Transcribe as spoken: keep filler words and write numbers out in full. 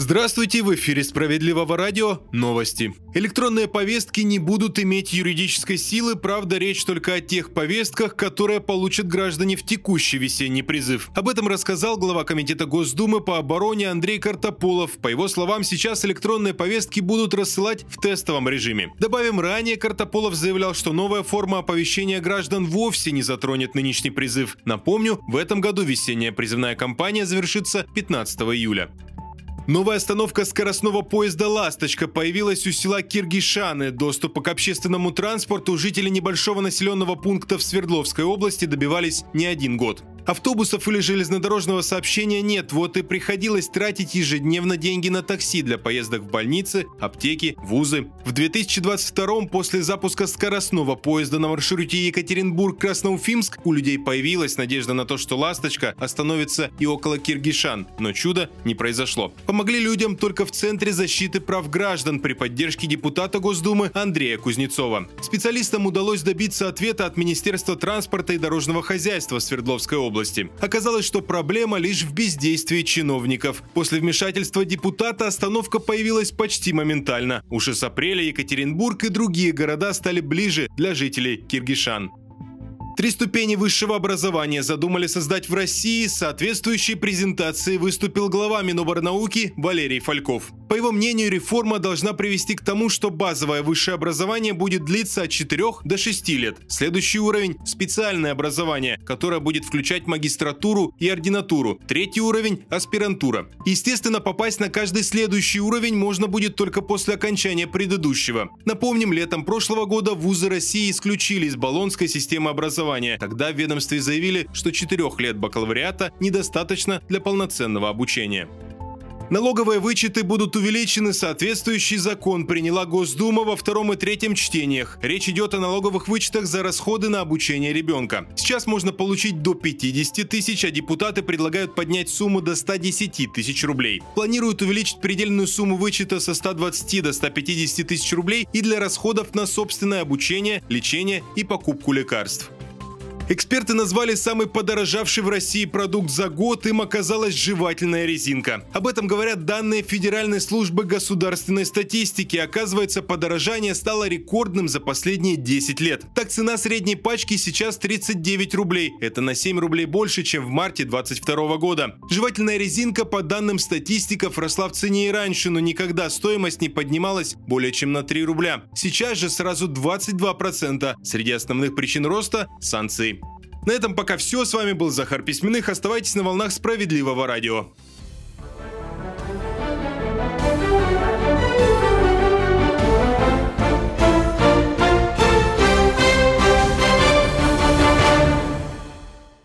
Здравствуйте, в эфире Справедливого радио новости. Электронные повестки не будут иметь юридической силы, правда, речь только о тех повестках, которые получат граждане в текущий весенний призыв. Об этом рассказал глава Комитета Госдумы по обороне Андрей Картополов. По его словам, сейчас электронные повестки будут рассылать в тестовом режиме. Добавим, ранее Картополов заявлял, что новая форма оповещения граждан вовсе не затронет нынешний призыв. Напомню, в этом году весенняя призывная кампания завершится пятнадцатого июля. Новая остановка скоростного поезда «Ласточка» появилась у села Киргишаны. Доступа к общественному транспорту жители небольшого населенного пункта в Свердловской области добивались не один год. Автобусов или железнодорожного сообщения нет, вот и приходилось тратить ежедневно деньги на такси для поездок в больницы, аптеки, вузы. В две тысячи двадцать втором, после запуска скоростного поезда на маршруте Екатеринбург-Красноуфимск, у людей появилась надежда на то, что «Ласточка» остановится и около Киргишан, но чуда не произошло. Помогли людям только в Центре защиты прав граждан при поддержке депутата Госдумы Андрея Кузнецова. Специалистам удалось добиться ответа от Министерства транспорта и дорожного хозяйства Свердловской области. Оказалось, что проблема лишь в бездействии чиновников. После вмешательства депутата остановка появилась почти моментально. Уже с апреля Екатеринбург и другие города стали ближе для жителей Киргишан. Три ступени высшего образования задумали создать в России. С соответствующей презентацией выступил глава Миноборнауки Валерий Фальков. По его мнению, реформа должна привести к тому, что базовое высшее образование будет длиться от четырёх до шести лет. Следующий уровень – специальное образование, которое будет включать магистратуру и ординатуру. Третий уровень – аспирантура. Естественно, попасть на каждый следующий уровень можно будет только после окончания предыдущего. Напомним, летом прошлого года вузы России исключили из Болонской системы образования. Тогда в ведомстве заявили, что четырех лет бакалавриата недостаточно для полноценного обучения. Налоговые вычеты будут увеличены. Соответствующий закон приняла Госдума во втором и третьем чтениях. Речь идет о налоговых вычетах за расходы на обучение ребенка. Сейчас можно получить до пятидесяти тысяч, а депутаты предлагают поднять сумму до ста десяти тысяч рублей. Планируют увеличить предельную сумму вычета со ста двадцати до ста пятидесяти тысяч рублей и для расходов на собственное обучение, лечение и покупку лекарств. Эксперты назвали самый подорожавший в России продукт за год, им оказалась жевательная резинка. Об этом говорят данные Федеральной службы государственной статистики. Оказывается, подорожание стало рекордным за последние десять лет. Так, цена средней пачки сейчас тридцать девять рублей. Это на семь рублей больше, чем в марте двадцать второго года. Жевательная резинка, по данным статистиков, росла в цене и раньше, но никогда стоимость не поднималась более чем на три рубля. Сейчас же сразу двадцать два процента. Среди основных причин роста – санкции. На этом пока все. С вами был Захар Письменных. Оставайтесь на волнах Справедливого радио.